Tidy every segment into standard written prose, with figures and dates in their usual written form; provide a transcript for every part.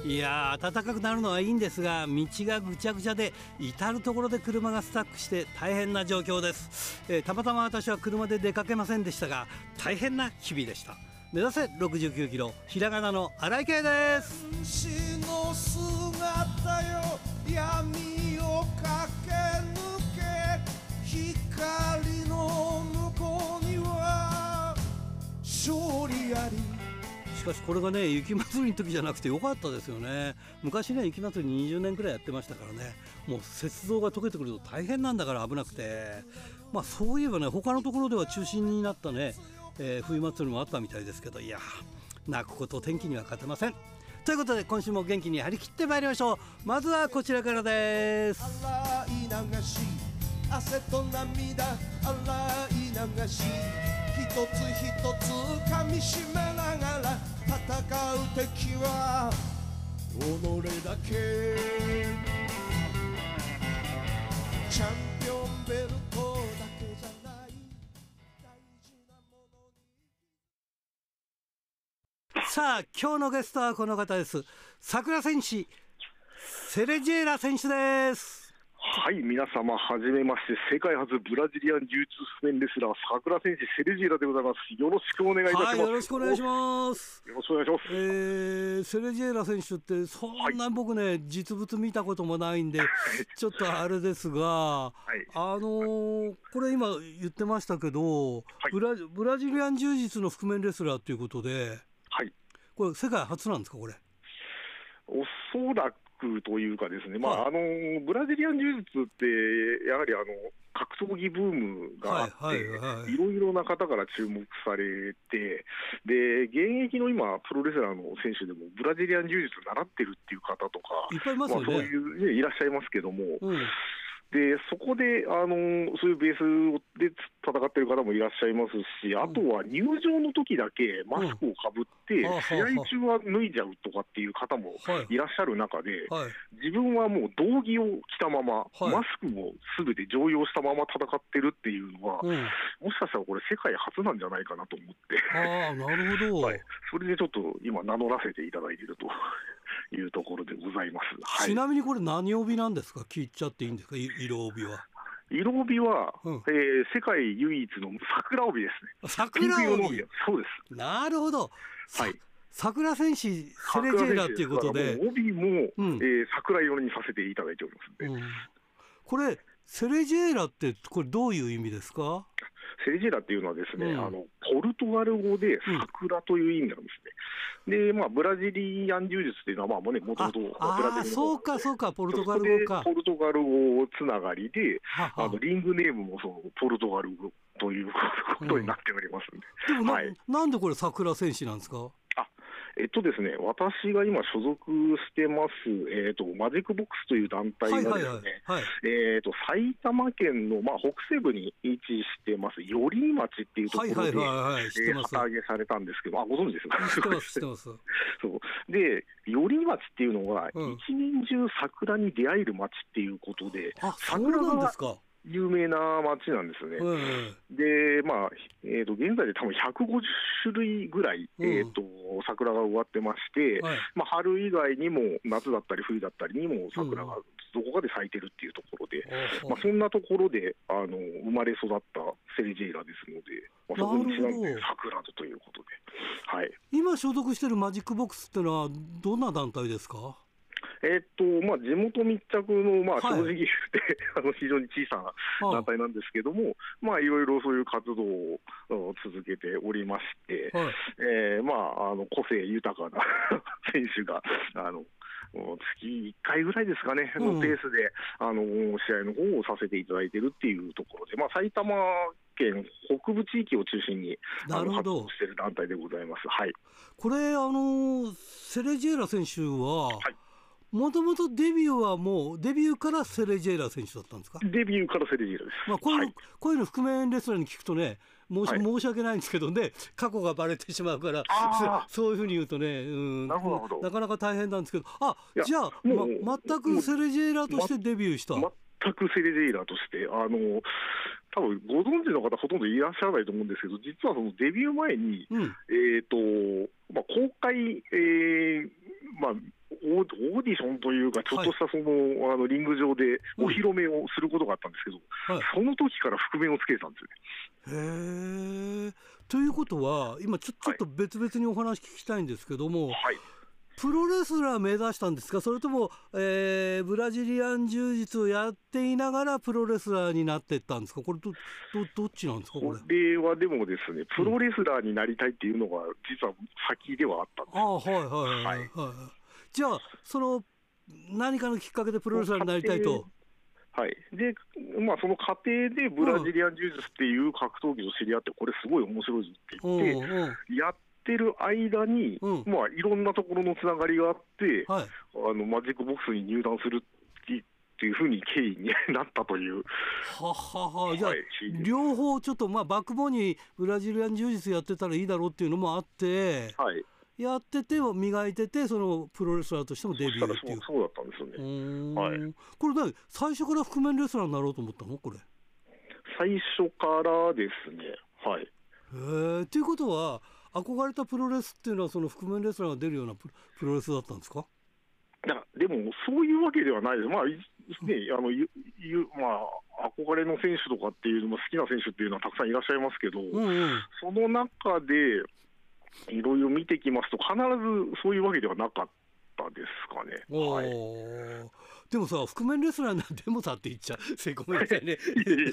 いやー、暖かくなるのはいいんですが、道がぐちゃぐちゃで至る所で車がスタックして大変な状況です。たまたま私は車で出かけませんでしたが、大変な日々でした。目指せ69キロ、ひらがなの荒井圭です。 死の姿よ、闇を駆け抜け、光の向こうには勝利あり。 しかしこれがね、雪祭りの時じゃなくてよかったですよね。昔ね、雪祭り20年くらいやってましたからね。もう雪像が溶けてくると大変なんだから危なくて、そういえばね、他のところでは中止になったね、冬祭りもあったみたいですけど、いや泣くこと天気には勝てません。ということで今週も元気に張り切ってまいりましょう。まずはこちらからです。 洗い流し汗と涙、洗い流し一つ一つ噛みしめながら戦う敵は己だけ。チャンピオンベルトだけじゃない、大事なものに。 さあ今日のゲストはこの方です。桜戦士セレジェーラ選手です。 はい、皆様はじめまして、世界初ブラジリアン柔術譜面レスラー桜選手セレジェーラでございます。よろしくお願いいたします。 はい、よろしくお願いします。 よろしくお願いします。 セレジェーラ選手ってそんな僕ね、実物見たこともないんでちょっとあれですが、 はい、 これ今言ってましたけど、 はい、 ブラジリアン柔術の覆面レスラーということで、 はい、 これ世界初なんですかこれ。 おそらくというかですね、ブラジリアン柔術ってやはり格闘技ブームがあって、いろいろな方から注目されて、で現役の今プロレスラーの選手でもブラジリアン柔術習ってるっていう方とかいっぱいいますよね。 そういう、ね、いらっしゃいますけども、でそこでそういうベースで戦ってる方もいらっしゃいますし、あとは入場の時だけマスクをかぶって、試合中は脱いじゃうとかっていう方もいらっしゃる中で、自分はもう道着を着たまま、マスクもすべて常用したまま戦ってるっていうのは、もしかしたらこれ世界初なんじゃないかなと思って、 なるほど、 それでちょっと今名乗らせていただいているというところでございます。 ちなみにこれ何帯なんですか。聞いちゃっていいんですか。色帯は。 色帯は、世界唯一の桜帯ですね。 桜帯。 そうです。 なるほど。 はい。 桜戦士セレジェーラっていうことで、 帯も、桜色にさせていただいておりますので、 これセレジェーラってこれどういう意味ですか。 セレジェーラっていうのはですね、ポルトガル語で桜という意味なんですね。でブラジリアン柔術っていうのはもともとブラジルのそうかポルトガル語か。 ポルトガル語つながりで、リングネームもそのポルトガル語ということになっておりますんで。 でもなんでこれ桜戦士なんですか。 ですね、私が今所属してます、マジックボックスという団体がですね、埼玉県の、北西部に位置してます寄居町っていうところで旗揚げされたんですけど、ご存知ですか。 知ってますそうで、寄居町っていうのは、一年中桜に出会える町っていうことで、 桜が有名な町なんですね。で、現在で多分150種類ぐらい、桜が植わってまして、春以外にも夏だったり冬だったりにも桜がどこかで咲いてるっていうところで、そんなところで生まれ育ったセレジェーラですので、そこにちなんで桜ということで、 今所属しているマジックボックスってのはどんな団体ですか。 地元密着の、正直言って非常に小さな団体なんですけども、いろいろそういう活動を続けておりまして、個性豊かな選手が月1回ぐらいですかね、のペースで試合の方をさせていただいているっていうところで、埼玉県北部地域を中心に活動している団体でございます。 これセレジェーラ選手は、もともとデビューはもうデビューからセレジェーラ選手だったんですか。 デビューからセレジェーラです。 こういうの覆面レスラーに聞くとね、申し訳ないんですけどね、過去がバレてしまうからそういうふうに言うとね、なかなか大変なんですけど、じゃあ全くセレジェーラとしてデビューした。 全くセレジェーラとして多分ご存知の方ほとんどいらっしゃらないと思うんですけど、実はそのデビュー前に、公開、 オーディションというか、ちょっとしたリング上でお披露目をすることがあったんですけど、その時から覆面をつけてたんですよへね。 え。ということは、今ちょっと別々にお話聞きたいんですけども、プロレスラー目指したんですか、それとも、ブラジリアン柔術をやっていながらプロレスラーになっていったんですか、これどっちなんですか、これ。 これはでもですね、プロレスラーになりたいっていうのが、実は先ではあったんです。 はい。じゃあ、何かのきっかけでプロレスラーになりたいと。 で、その過程でブラジリアン柔術っていう格闘技と知り合って、これすごい面白いぞって言って、やってる間に、いろんなところのつながりがあって、マジックボックスに入団するっていうふうに経緯になったという。 じゃあ、両方ちょっとバックボーンにブラジリアン柔術やってたらいいだろうっていうのもあって、やってて磨いてて、そのプロレスラーとしてもデビューっていう。 そうだったんですよね。 これ最初から覆面レスラーになろうと思ったの、これ。 最初からですね。 ということは、憧れたプロレスっていうのは、その覆面レスラーが出るようなプロレスだったんですか。 でもそういうわけではないです。憧れの選手とかっていうのも、好きな選手っていうのはたくさんいらっしゃいますけど、その中でいろいろ見てきますと、必ずそういうわけではなかったですかね。 でもさ、覆面レスラーなんでもさって言っちゃう、ごめんなさいね。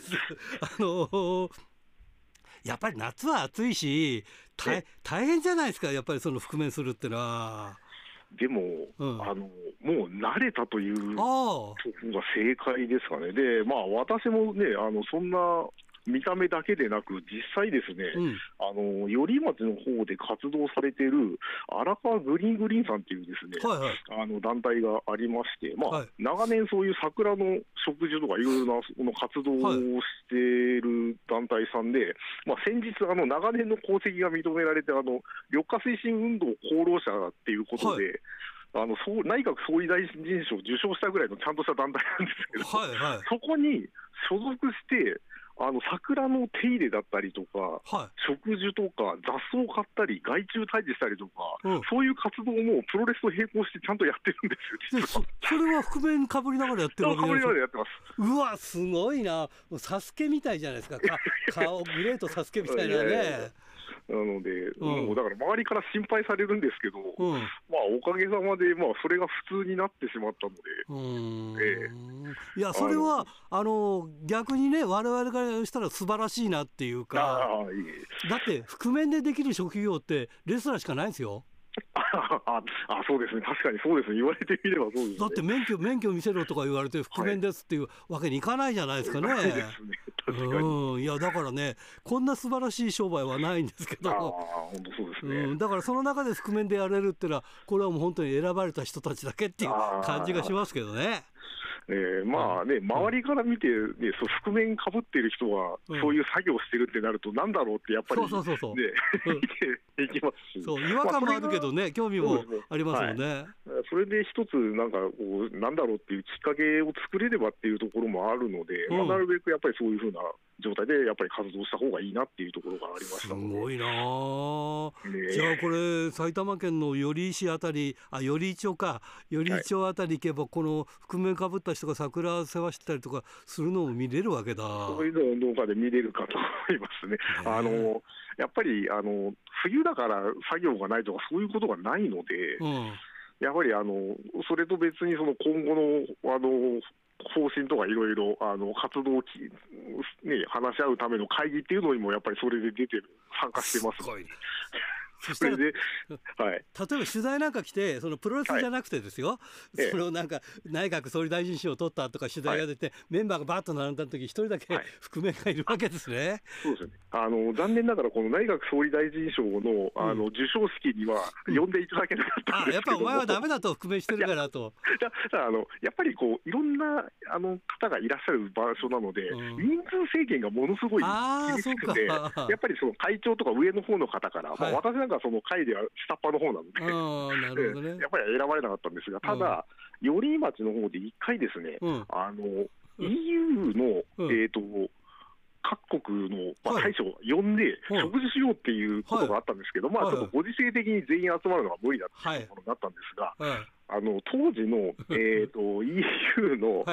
やっぱり夏は暑いし、大変じゃないですか、やっぱりその覆面するってのは。 でも、もう慣れたというところが正解ですかね。で、私もね、そんな見た目だけでなく、実際ですね、寄居町の方で活動されている荒川グリーンさんっていうですね、団体がありまして、長年そういう桜の植樹とかいろいろな活動をしている団体さんで、先日長年の功績が認められて、緑化推進運動功労者っていうことで、内閣総理大臣賞を受賞したぐらいのちゃんとした団体なんですけど、そこに所属して、桜の手入れだったりとか、植樹とか雑草を買ったり、害虫退治したりとか、そういう活動もプロレスと並行してちゃんとやってるんですよ、実は。 それは覆面かぶりながらやってるわけですか。 かぶりながらやってます。 うわ、すごいな、もうサスケみたいじゃないですか、顔、グレートサスケみたいなね。 なので、もうだから周りから心配されるんですけど、おかげさまで、それが普通になってしまったので、 いや、それは逆にね、我々からしたら素晴らしいなっていうか、だって覆面でできる職業ってレスラーしかないですよ。 そうですね、確かにそうですね、言われてみればそうですね。 だって免許見せろとか言われて覆面ですっていうわけにいかないじゃないですかね。いや、だからね、こんな素晴らしい商売はないんですけど、 本当そうですね。 だからその中で覆面でやれるっていうのは、これはもう本当に選ばれた人たちだけっていう感じがしますけどね。 周りから見て、覆面かぶってる人は、そういう作業してるってなると、なんだろうって、やっぱり見ていきますし、 違和感もあるけどね、興味もありますもんね。 それで一つ、なんだろうっていうきっかけを作れればっていうところもあるので、なるべくやっぱりそういうふうな状態でやっぱり活動した方がいいなっていうところがありましたので。 すごいなじゃあこれ埼玉県の寄居市あたり、寄居町か、寄居町あたり行けば、この覆面かぶった人が桜世話してたりとかするのを見れるわけだ。 そういうのを動画で見れるかと思いますね。やっぱり冬だから作業がないとかそういうことがないので、やはりそれと別にその今後の方針とかいろいろ活動を話し合うための会議っていうのにもやっぱりそれで参加してます。そしたら例えば取材なんか来て、そのプロレスじゃなくてですよ、そのなんか内閣総理大臣賞を取ったとか取材が出て、メンバーがバッと並んだ時、一人だけ覆面がいるわけですね。 そうですね。残念ながらこの内閣総理大臣賞の授賞式には呼んでいただけなかったんですけども、 やっぱお前はダメだと、覆面してるからと。 やっぱりいろんな方がいらっしゃる場所なので、人数制限がものすごい厳しくて、やっぱりその会長とか上の方の方から、私なんかその会では下っ端の方なので、やっぱり選ばれなかったんですが、ただ、寄居町の方で1回ですね、EU の、 各国の、大使を呼んで、食事しようっていうことがあったんですけど、ちょっとご時世的に全員集まるのは無理だっていうものがあったんですが、当時の、EU の、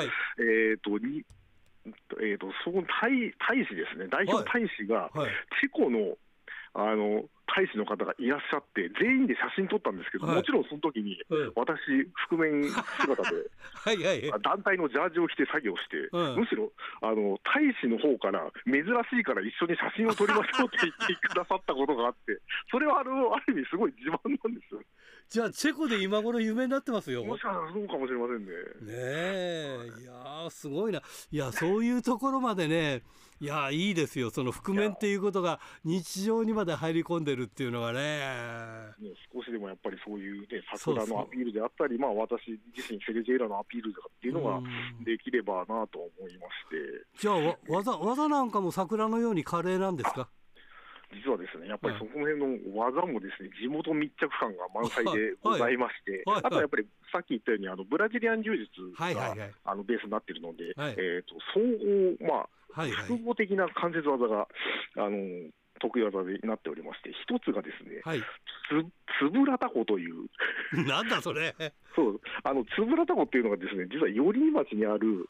その大使ですね、代表大使が、チェコの大使の方がいらっしゃって、全員で写真撮ったんですけど、もちろんその時に、私、覆面姿で、団体のジャージを着て作業して、むしろ大使の方から、珍しいから一緒に写真を撮りましょうって言ってくださったことがあって、それはある意味、すごい自慢なんですよ。 じゃあ、チェコで今頃有名になってますよ。 もしかしたらそうかもしれませんね。 ねえ、いやー、すごいな。いや、そういうところまでね、いや、いいですよ。その覆面っていうことが日常にまで入り込んでるっていうのがね。 少しでもやっぱりそういうね、桜のアピールであったり、私自身セレジェーラのアピールっていうのができればなと思いまして。 じゃあ、技なんかも桜のように華麗なんですか？ 実はですね、やっぱりそこの辺の技もですね、地元密着感が満載でございまして、あとはやっぱりさっき言ったようにブラジリアン柔術がベースになっているので、総合、複合的な関節技が得意技になっておりまして、一つがですね、つぶらたこという。 なんだそれ。 そう、つぶらたこっていうのがですね、実は寄居町にある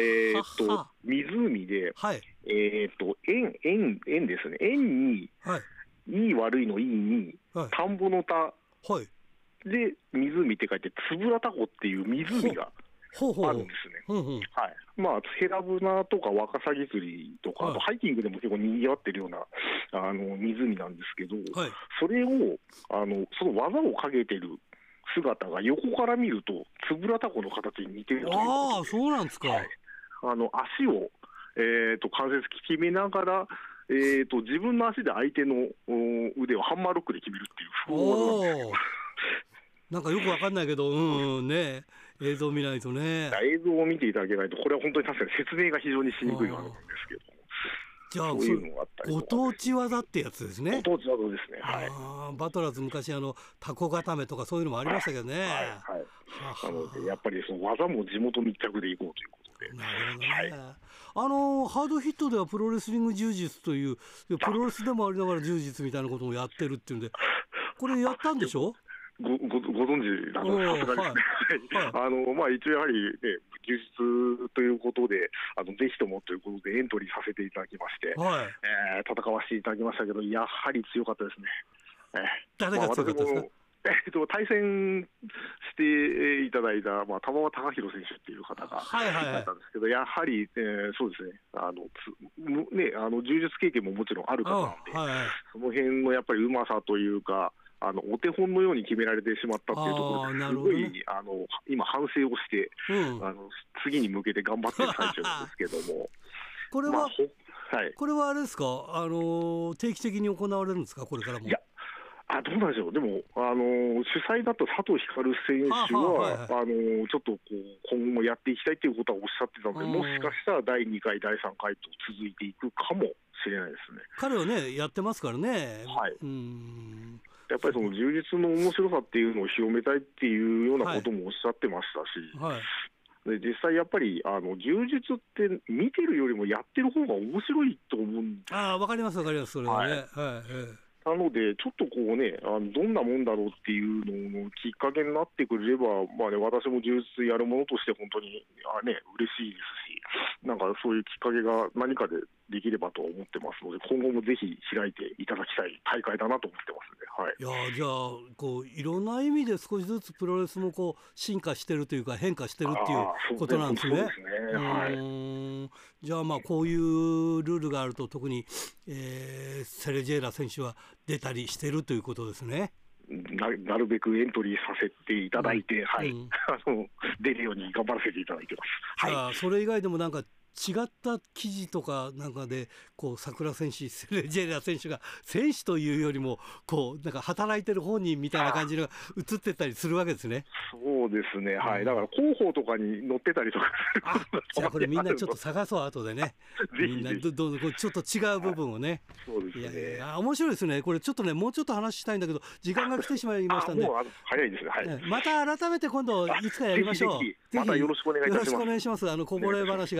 湖で、円ですね、円に、いい悪いのいいに、田んぼの田で湖って書いて、つぶらたこっていう湖があるんですね。ヘラブナとかワカサギ釣りとか、あとハイキングでも結構にぎわってるような湖なんですけど、それをその技をかけてる姿が横から見ると、つぶらたこの形に似てるということで。 ああ、そうなんですか。 足を、関節決めながら、自分の足で相手の腕をハンマーロックで決めるっていう複合技なんですよ。 なんかよくわかんないけど、ね、映像見ないとね。 映像を見ていただけないと、これは本当に確かに説明が非常にしにくいわけなんですけど。 じゃあ、そういうのがあったり、ご当地技ってやつですね。 ご当地技ですね。 バトラーズ昔タコ固めとかそういうのもありましたけどね。 なのでやっぱりその技も地元密着でいこうということで。 なるほどね。ハードヒットではプロレスリング柔術というプロレスでもありながら柔術みたいなこともやってるっていうんで、これやったんでしょ？ ご存知なのでさすがですね。一応やはりね、柔術ということでぜひともということでエントリーさせていただきまして、戦わせていただきましたけど、やはり強かったですね。 誰が強かったですか？ 対戦していただいた、玉輪隆弘選手っていう方がいたんですけど、やはり、そうですね、柔術経験ももちろんある方なんで、その辺のやっぱりうまさというか、お手本のように決められてしまったっていうところですごい、今、反省をして、次に向けて頑張ってる最中なんですけども。 これはあれですか、定期的に行われるんですか、これからも。 どうなんでしょう、でも主催だと佐藤光選手は、ちょっと今後もやっていきたいということはおっしゃってたので、もしかしたら第2回、第3回と続いていくかもしれないですね。彼はね、やってますからね。やっぱりその柔術の面白さっていうのを広めたいっていうようなこともおっしゃってましたし、で実際やっぱり柔術って見てるよりもやってる方が面白いと思うんです。わかります、わかります、それはね。なので、ちょっとどんなもんだろうっていうののきっかけになってくれれば、私も柔術やるものとして本当に嬉しいですし、なんかそういうきっかけが何かでできればと思ってますので、今後もぜひ開いていただきたい大会だなと思ってますね。いや、じゃあいろんな意味で少しずつプロレスも進化してるというか変化してるっていうことなんですね。じゃあこういうルールがあると特に、セレジェーラ選手は出たりしてるということですね。なるべくエントリーさせていただいて、出るように頑張らせていただいてます。それ以外でもなんか違った記事とかなんかで桜選手、セレジェーラ選手が選手というよりもなんか働いてる本人みたいな感じが映ってたりするわけですね。そうですね、だから広報とかに載ってたりとか。じゃあこれみんなちょっと探そう、後でね。みんなちょっと違う部分をね。そうですね。面白いですね。これちょっとね、もうちょっと話したいんだけど時間が来てしまいましたんで。早いですね。また改めて今度いつかやりましょう。またよろしくお願いいたします。よろしくお願いします。こぼれ話があればと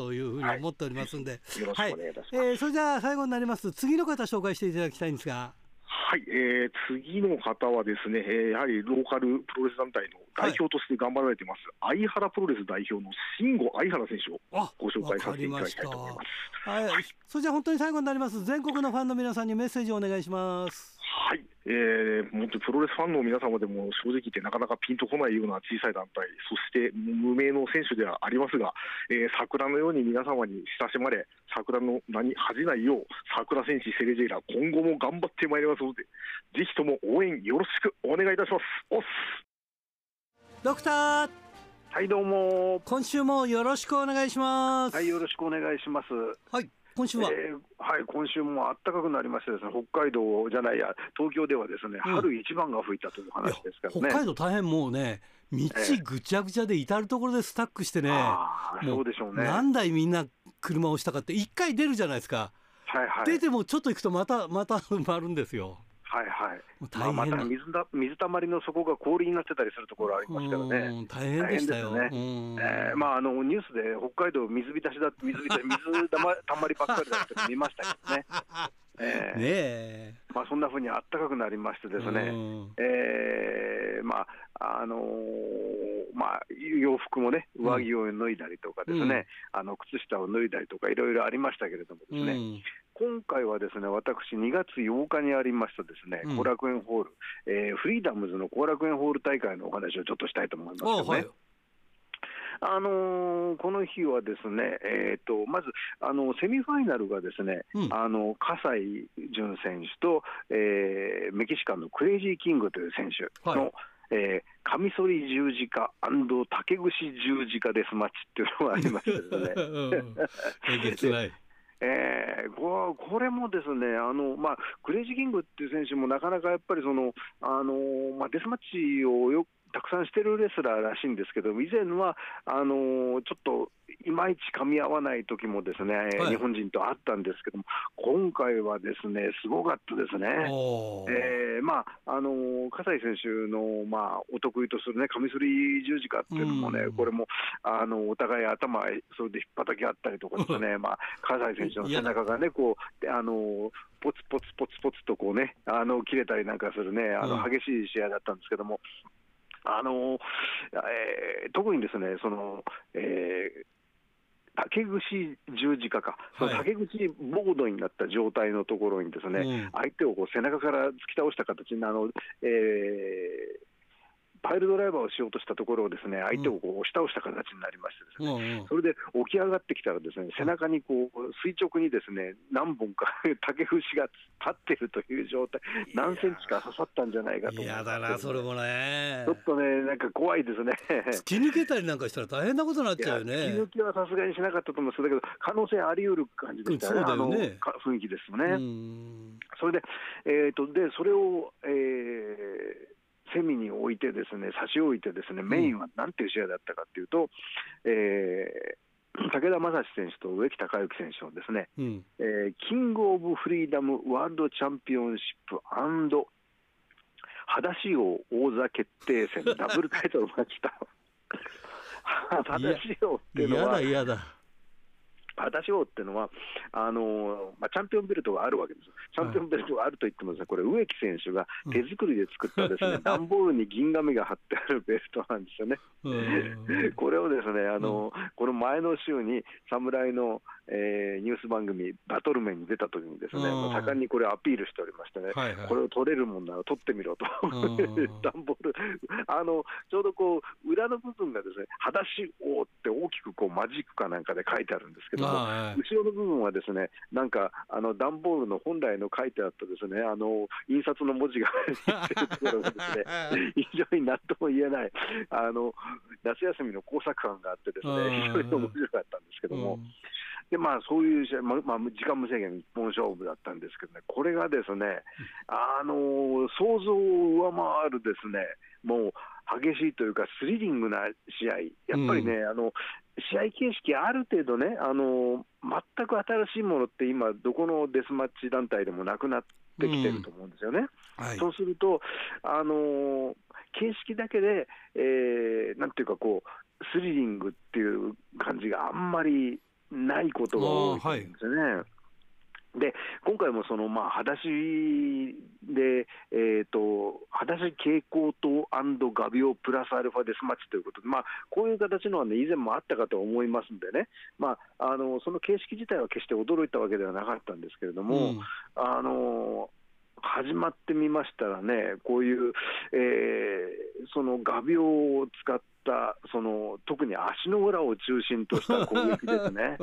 というふうに思っておりますんで、 よろしくお願いいたします。 それじゃあ最後になります次の方紹介していただきたいんですが。 はい、次の方はですね、やはりローカルプロレス団体の代表として頑張られてます、相原プロレス代表の新郷相原選手をご紹介させていただきたいと思います。 はい、それじゃあ本当に最後になります。全国のファンの皆さんにメッセージをお願いします。 はい、本当にプロレスファンの皆様でも正直言ってなかなかピンとこないような小さい団体、そして無名の選手ではありますが、桜のように皆様に親しまれ、桜の名に恥じないよう、桜戦士セレジェイラ、今後も頑張ってまいりますので、ぜひとも応援よろしくお願いいたします。おっす。 ドクター、 はい、どうも。 今週もよろしくお願いします。 はい、よろしくお願いします。 はい、今週は、 はい、今週も暖かくなりましてですね、北海道じゃないや、東京ではですね、春一番が吹いたという話ですからね。 北海道大変もうね、道ぐちゃぐちゃで至る所でスタックしてね、 そうでしょうね。 何台みんな車をしたかって、一回出るじゃないですか。 はいはい。 出てもちょっと行くとまた埋まるんですよ。 はいはい。 大変な、 また水たまりの底が氷になってたりするところありますからね。 大変でしたよ。 ね、ニュースで北海道水浸しだって水たまりばっかりだって見ましたけどね。そんな風に暖かくなりましてですね、洋服もね、上着を脱いだりとかですね、靴下を脱いだりとかいろいろありましたけれどもですね、今回はですね、私2月8日にありましたですね、後楽園ホール、フリーダムズの後楽園ホール大会のお話をちょっとしたいと思いますけどね。この日はですね、まずセミファイナルがですね、葛西潤選手と、メキシカンのクレイジーキングという選手の、カミソリ十字架竹串十字架デスマッチっていうのがありましてですね。これもですね、クレイジーキングっていう選手もなかなかやっぱりデスマッチをたくさんしてるレスラーらしいんですけど、以前はちょっといまいち噛み合わない時もですね、日本人とあったんですけども、今回はですね、すごかったですね。葛西選手の、お得意とするね、カミソリ十字架っていうのもね、これもお互い頭、それで引っ叩き合ったりとかですね、葛西選手の背中がね、こうポツポツポツポツとこうね、切れたりなんかするね、激しい試合だったんですけども、特にですね、竹串十字架か、その竹串ボードになった状態のところにですね、相手をこう背中から突き倒した形にパイルドライバーをしようとしたところをですね、相手をこう押し倒した形になりましてですね、それで起き上がってきたらですね、背中にこう垂直にですね、何本か竹串が立っているという状態、何センチか刺さったんじゃないかと思います。 嫌だな、それもね。 ちょっとね、なんか怖いですね。 突き抜けたりなんかしたら大変なことになっちゃうよね。 突き抜きはさすがにしなかったと思うんですけど、可能性あり得る感じでしたね。 そうだよね。 雰囲気ですよね。それで、それを、セミに置いてですね、差し置いてですね、メインは何ていう試合だったかっていうと、武田正史選手と植木孝之選手のですね、キングオブフリーダムワールドチャンピオンシップ&裸足王王座決定戦ダブルタイトルマッチだ。裸足王っていうのは、 嫌だ。 裸足王っていうのはチャンピオンベルトがあるわけです。チャンピオンベルトがあるといってもですね、これ植木選手が手作りで作ったですね、段ボールに銀紙が貼ってあるベルトなんですよね。これをですね、この前の週に侍の、ニュース番組バトルメンに出た時にですね、盛んにこれアピールしておりましてね、これを取れるもんなら取ってみろと。段ボールちょうどこう裏の部分がですね、裸足王って大きくこうマジックかなんかで書いてあるんですけど、後ろの部分はですね、なんか段ボールの本来の書いてあったですね、印刷の文字が入ってるところがですね、非常に何とも言えない夏休みの工作感があってですね、非常に面白かったんですけども、でそういう試合、時間無制限一本勝負だったんですけどね、これがですね、想像を上回るですね、もう激しいというかスリリングな試合、やっぱりね、試合形式ある程度ね、全く新しいものって今どこのデスマッチ団体でもなくなってきてると思うんですよね。そうすると形式だけで、なんていうかこうスリリングっていう感じがあんまりないことが多いんですよね。で今回もその裸足で、裸足蛍光灯&画鋲プラスアルファデスマッチということで、こういう形のは、ね、以前もあったかと思いますんでね、その形式自体は決して驚いたわけではなかったんですけれども、始まってみましたらね、こういう、その画鋲を使った特に足の裏を中心とした攻撃ですね。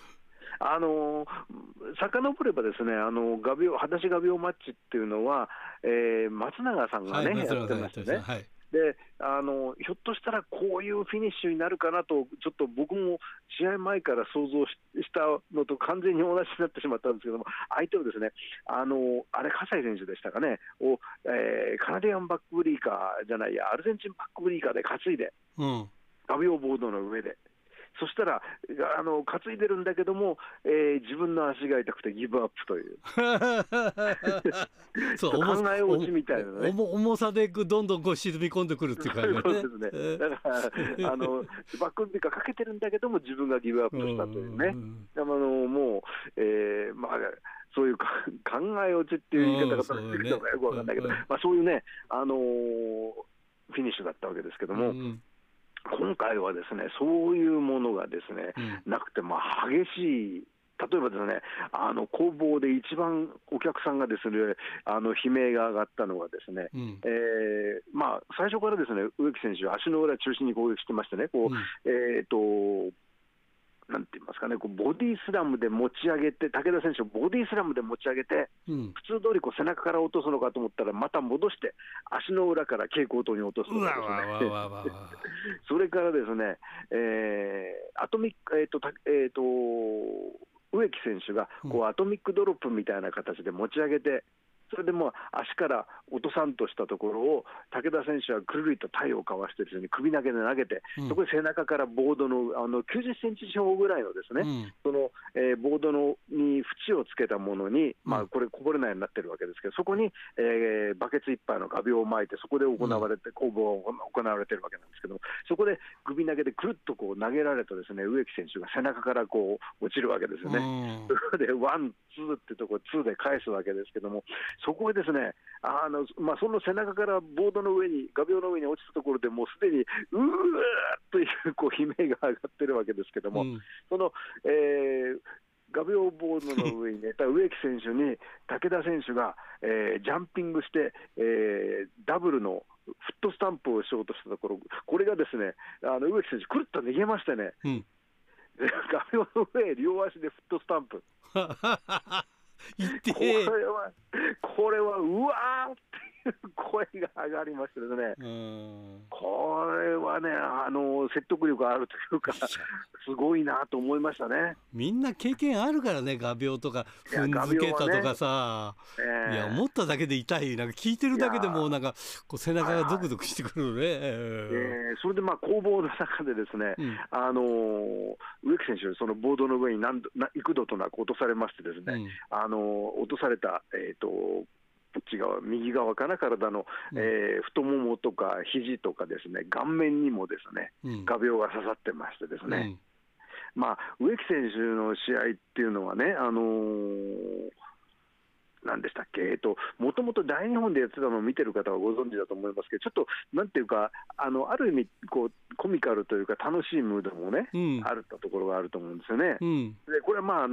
遡ればですね、裸足画鋲マッチっていうのは、松永さんがね、やってましたね。でひょっとしたらこういうフィニッシュになるかなと、ちょっと僕も試合前から想像したのと完全に同じになってしまったんですけども、相手をですね、あれ、葛西選手でしたかね、カナディアンバックブリーカーじゃないや、アルゼンチンバックブリーカーで担いで、画鋲ボードの上で。そしたら担いでるんだけども、自分の足が痛くてギブアップというそう考え落ちみたいなね、 重さでどんどんこう沈み込んでくるっていう感じね。 そうですね。だからバックビーカーかけてるんだけども自分がギブアップしたというね。もう、そういう考え落ちっていう言い方が正しいのかよくわかんないけど、そういうねフィニッシュだったわけですけども。今回はですね、そういうものがですね、なくて、激しい、例えばですね、攻防で一番お客さんがですね、悲鳴が上がったのはですね、最初からですね、植木選手、足の裏中心に攻撃してましてね、なんて言いますかね、ボディスラムで持ち上げて、武田選手をボディスラムで持ち上げて、普通通り背中から落とすのかと思ったら、また戻して、足の裏から蛍光灯に落とすとかですね、それからですね、植木選手がアトミックドロップみたいな形で持ち上げて、それでもう足から落とさんとしたところを武田選手はくるりと体をかわしてですね、首投げで投げて、そこで背中からボードの90センチ四方ぐらいのですね、そのボードに縁をつけたものに、これこぼれないようになってるわけですけど、そこにバケツ一杯の画鋲を巻いて、そこで行われて攻防が行われてるわけなんですけども、そこで首投げでくるっと投げられたですね、植木選手が背中から落ちるわけですよね。それでワンツーってところツーで返すわけですけども、そこへですね、その背中からボードの上に、画鋲の上に落ちたところでもうすでにうーという悲鳴が上がってるわけですけども、その、画鋲ボードの上に寝た植木選手に武田選手が、ジャンピングして、ダブルのフットスタンプをしようとしたところ、これがですね、植木選手くるっと逃げましてね、画鋲の上へ両足でフットスタンプこれはうわーっていう声が上がりましてですね、これはね、説得力があるというか、すごいなと思いましたね。 みんな経験あるからね、画鋲とか踏んづけたとかさ、いや思っただけで痛い、なんか聞いてるだけでもなんか背中がゾクゾクしてくるね。 それで攻防の中でですね、植木選手、そのボードの上に幾度となく落とされましてですね、落とされた、右側かな、体の、太ももとか肘とかですね、顔面にもですね、画鋲が刺さってましてですね、植木選手の試合っていうのはね、何でしたっけ、もともと大日本でやってたのを見てる方はご存知だと思いますけど、ちょっとなんていうか、ある意味コミカルというか楽しいムードもね、あるところがあると思うんですよね。でこれは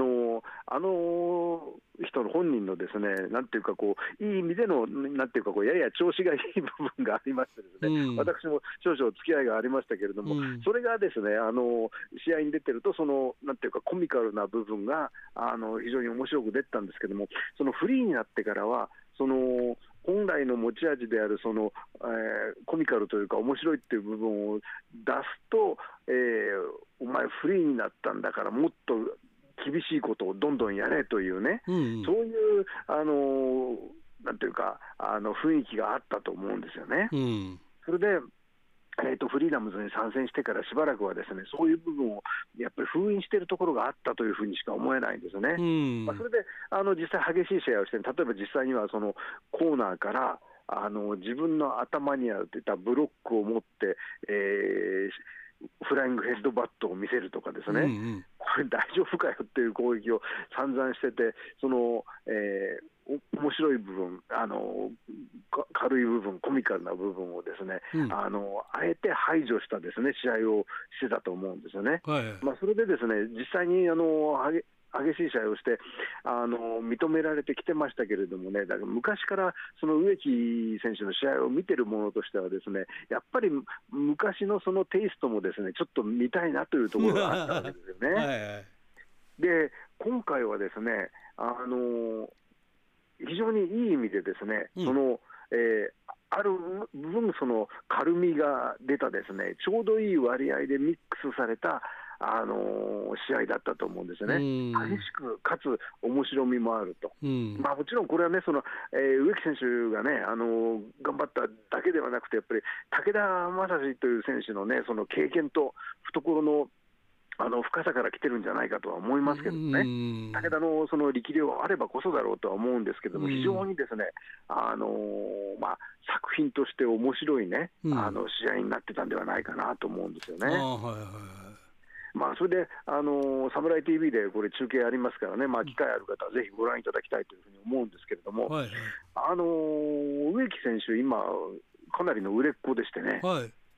人の本人のですね、なんていうかいい意味でのなんていうかやや調子がいい部分がありましてですね、私も少々付き合いがありましたけれども、それがですね試合に出てるとなんていうかコミカルな部分が非常に面白く出てたんですけども、そのフリーになってからは本来の持ち味であるコミカルというか面白いっていう部分を出すと、お前フリーになったんだからもっと厳しいことをどんどんやれというね、そういうなんていうか雰囲気があったと思うんですよね。それでフリーダムズに参戦してからしばらくはですね、そういう部分をやっぱり封印しているところがあったというふうにしか思えないんですよね。それで実際激しい試合をして、例えば実際にはそのコーナーから自分の頭にあるブロックを持って、 フライングヘッドバットを見せるとかですね、 うんうん、 これ大丈夫かよっていう攻撃を散々してて、その、面白い部分、軽い部分、コミカルな部分をですね、 うん、 あえて排除したですね試合をしてたと思うんですよね。 はい、 それでですね、実際に激しい試合をして認められてきてましたけれどもね、だから昔からその植木選手の試合を見てるものとしてはですね、やっぱり昔のそのテイストもですねちょっと見たいなというところがあったわけですよね。 はいはい、 で今回はですね、非常にいい意味でですね、 うん、 そのある分その軽みが出たですね、ちょうどいい割合でミックスされた試合だったと思うんですよね。激しくかつ面白みもあると、もちろんこれはね、植木選手がね頑張っただけではなくて、やっぱり武田正史という選手のね、その経験と懐の深さから来てるんじゃないかとは思いますけどね、武田のその力量あればこそだろうとは思うんですけども、非常にですね、作品として面白いね、試合になってたんではないかなと思うんですよね。それでサムライ TV でこれ中継ありますからね、機会ある方はぜひご覧いただきたいというふうに思うんですけれども、はいはい、植木選手今かなりの売れっ子でしてね、はい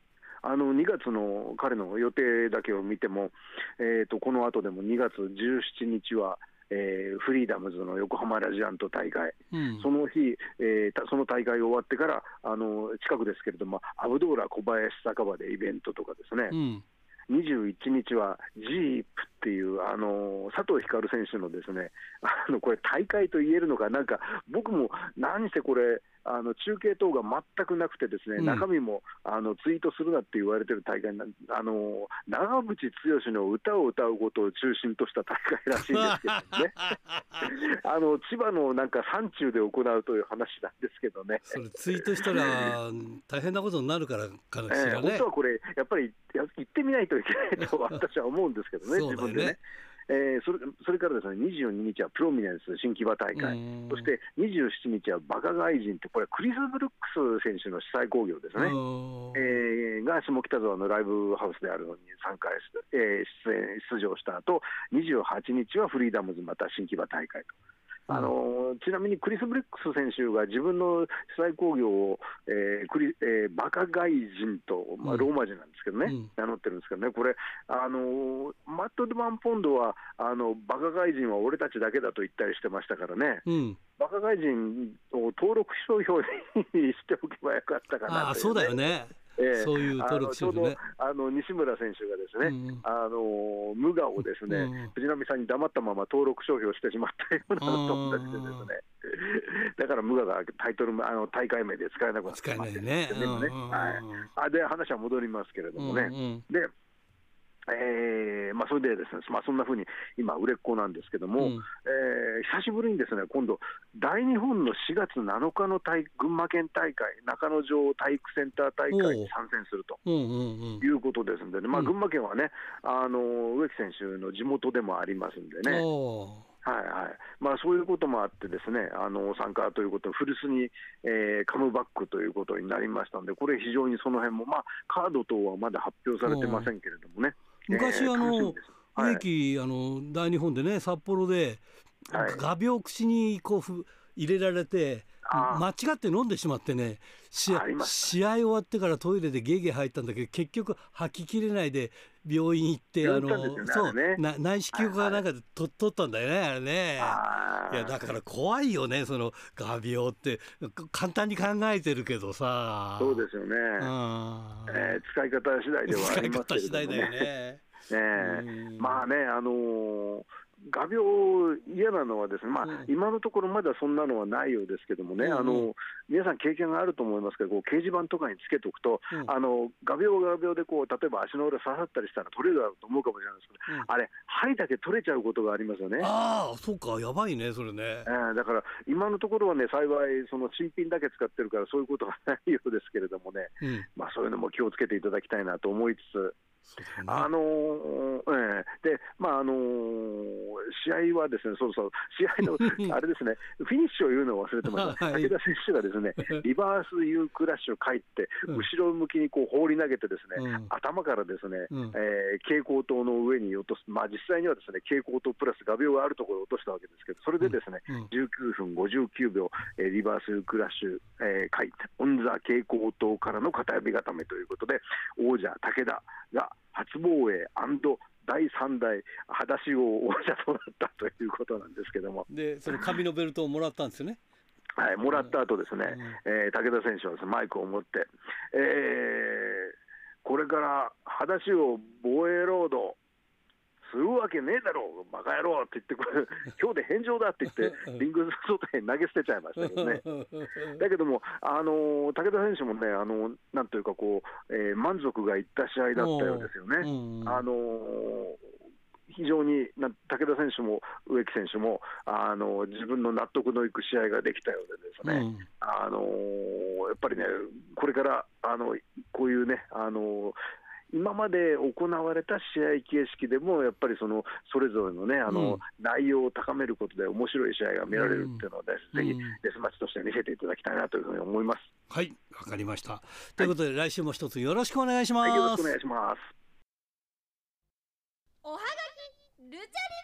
、2月の彼の予定だけを見ても、この後でも2月17日はフリーダムズの横浜ラジアント大会、その日、その大会終わってから近くですけれども、アブドーラ小林酒場でイベントとかですね、21日はジープっていう佐藤光選手のですねこれ大会と言えるのか、なんか僕も何せこれ中継等が全くなくてですね、中身もツイートするなって言われてる大会長渕剛の歌を歌うことを中心とした大会らしいんですけどね千葉のなんか山中で行うという話なんですけどね、 それツイートしたら大変なことになるからかもしれないね。 本当はこれやっぱり行ってみないといけないと私は思うんですけどね自分でね。それからですね、22日はプロミネンス新木場大会、そして27日はバカ外人って、これクリス・ブルックス選手の主催興行ですね、が下北沢のライブハウスであるのに出場した後、28日はフリーダムズまた新木場大会と。ちなみにクリス・ブレックス選手が自分の主催興行を、バカ外人と、ローマ字なんですけどね、名乗ってるんですけどね、これマット・デュバン・ポンドはバカ外人は俺たちだけだと言ったりしてましたからね、バカ外人を登録商標にしておけばよかったかなという、ね、 そうだよね。そういう登録商標ね。 ちょうど西村選手がですね、無我をですね、藤波さんに黙ったまま登録商標してしまったようなとですね、だから無我がタイトル大会名で使えなくなってしまってるんですけどね。で話は戻りますけれどもね。でそれでですね、そんなふうに今売れっ子なんですけども、久しぶりにですね、今度大日本の4月7日の群馬県大会、中野城体育センター大会に参戦するということですのでね、群馬県はね植木選手の地元でもありますんでね、そういうこともあってですね、参加ということ、古巣に、カムバックということになりましたので、これ非常にその辺も、カード等はまだ発表されてませんけれどもね。 昔植木大日本でね、札幌で画鋲口にこう入れられて間違って飲んでしまってね、試合終わってからトイレでゲーゲー入ったんだけど、結局吐ききれないで病院行って内視鏡かなんかで取ったんだよね、あれね。いやだから怖いよね、その画鋲って簡単に考えてるけどさ。 そうですよね、使い方次第ではありますけれどもね。使い方次第だよね。画鋲嫌なのはですね、今のところまだそんなのはないようですけどもね、皆さん経験があると思いますけど、掲示板とかにつけておくと、画鋲でこう例えば足の裏刺さったりしたら取れるだろうと思うかもしれないですけど、あれ針だけ取れちゃうことがありますよね。 そうか、やばいねそれね。 だから今のところはね、幸いその新品だけ使ってるからそういうことがないようですけれどもね、そういうのも気をつけていただきたいなと思いつつ、で試合はですね、そうそう、試合のあれですね、フィニッシュを言うのを忘れてました、武田選手がですね、リバース U クラッシュを帰って、後ろ向きにこう放り投げて、ですね、頭からですね、蛍光灯の上に落とす、実際にはですね、蛍光灯プラス画鋲があるところを落としたわけですけど、それでですね、19分59秒、リバース U クラッシュ、回転、オンザ蛍光灯からの片指固めということで、王者、武田が初防衛&第3代裸足王王者となったということなんですけども、 でその紙のベルトをもらったんですよね。 はい、もらった後ですね、武田選手はですね、マイクを持って、これから裸足王防衛ロードするわけねえだろう、バカ野郎って言って、これ今日で返上だって言ってリング外に投げ捨てちゃいましたけどねだけども武田選手もね、なんというかこう、満足がいった試合だったようですよね。非常に武田選手も植木選手も自分の納得のいく試合ができたようでですね、やっぱりね、これからこういうね、今まで行われた試合形式でもやっぱりそれぞれのね、内容を高めることで面白い試合が見られるっていうので、ぜひデスマッチとして見せていただきたいなというふうに思います。 はい、わかりました。ということで、来週も一つよろしくお願いします。 はい、よろしくお願いします。 おはがきルチャ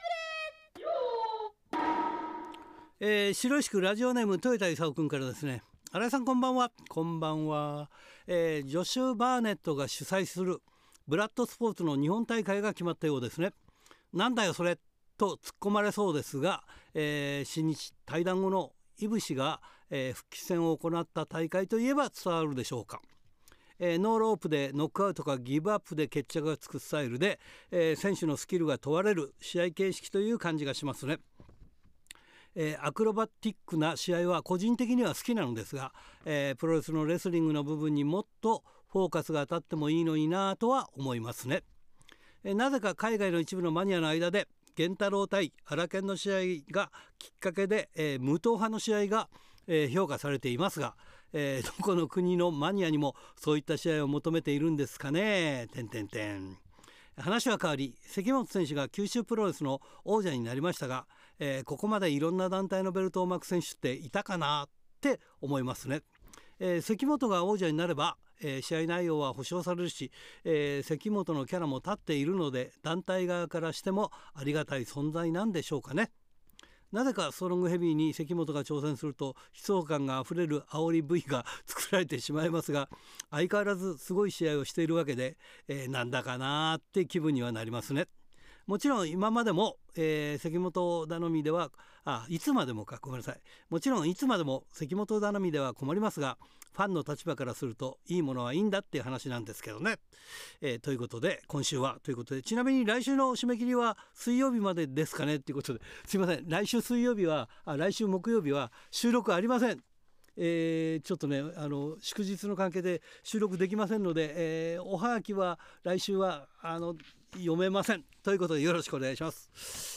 リブレ白石区ラジオネーム豊田勲君からですね、新井さんこんばんは。こんばんは。ジョシュ・バーネットが主催するブラッドスポーツの日本大会が決まったようですね。なんだよそれと突っ込まれそうですが、新日退団後のイブ氏が、復帰戦を行った大会といえば伝わるでしょうか。ノーロープでノックアウトかギブアップで決着がつくスタイルで、選手のスキルが問われる試合形式という感じがしますね。アクロバティックな試合は個人的には好きなのですが、プロレスのレスリングの部分にもっとフォーカスが当たってもいいのになとは思いますね。なぜか海外の一部のマニアの間で源太郎対荒研の試合がきっかけで、無党派の試合が、評価されていますが、どこの国のマニアにもそういった試合を求めているんですかね。話は変わり、関本選手が九州プロレスの王者になりましたが、ここまでいろんな団体のベルトを巻く選手っていたかなって思いますね。関本が王者になれば、試合内容は保証されるし、関本のキャラも立っているので団体側からしてもありがたい存在なんでしょうかね。なぜかストロングヘビーに関本が挑戦すると悲壮感があふれる煽り V が作られてしまいますが、相変わらずすごい試合をしているわけで、なんだかなって気分にはなりますね。もちろん今までも、関本頼みではいつまでもかごめんなさいもちろんいつまでも関本頼みでは困りますが、ファンの立場からするといいものはいいんだっていう話なんですけどね。ということで今週はということで、ちなみに来週の締め切りは水曜日までですかねっていうことで、すいません、来週木曜日は収録ありません。ちょっとね祝日の関係で収録できませんので、おはがきは来週は読めませんということでよろしくお願いします。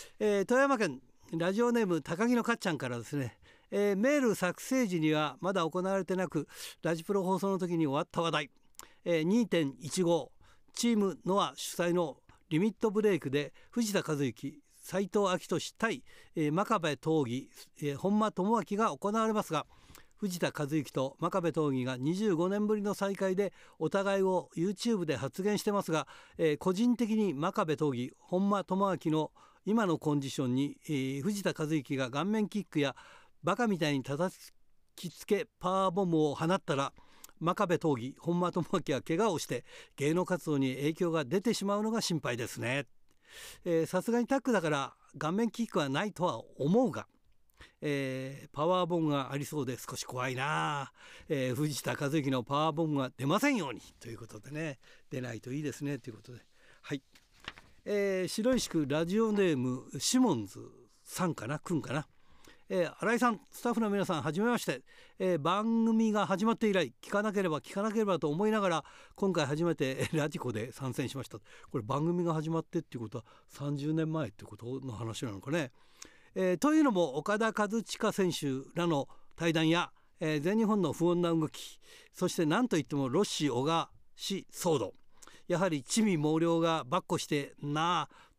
富山県ラジオネーム高木のかっちゃんからですね、メール作成時にはまだ行われてなくラジプロ放送の時に終わった話題、2.15 チームノア主催のリミットブレイクで藤田和幸、斉藤明俊対、真壁闘技、本間智明が行われますが、藤田和幸と真壁闘技が25年ぶりの再会でお互いを YouTube で発言してますが、個人的に真壁闘技、本間智明の今のコンディションに、藤田和幸が顔面キックやバカみたいに叩きつけパワーボムを放ったら、真壁闘技、本間智明は怪我をして芸能活動に影響が出てしまうのが心配ですね。さすがにタッグだから顔面キックはないとは思うが、パワーボムがありそうで少し怖いな。藤田和幸のパワーボムが出ませんようにということでね、出ないといいですねということで、はい。白石区ラジオネームシモンズさんかな、くんかな。新井さん、スタッフの皆さんはじめまして、番組が始まって以来聞かなければと思いながら今回初めてラジコで参戦しました。これ番組が始まってっていうことは30年前ってことの話なのかね。というのも岡田和親選手らの対談や、全日本の不穏な動き、そして何といってもロッシー小川氏騒動、やはり魑魅魍魎が跋扈してなぁ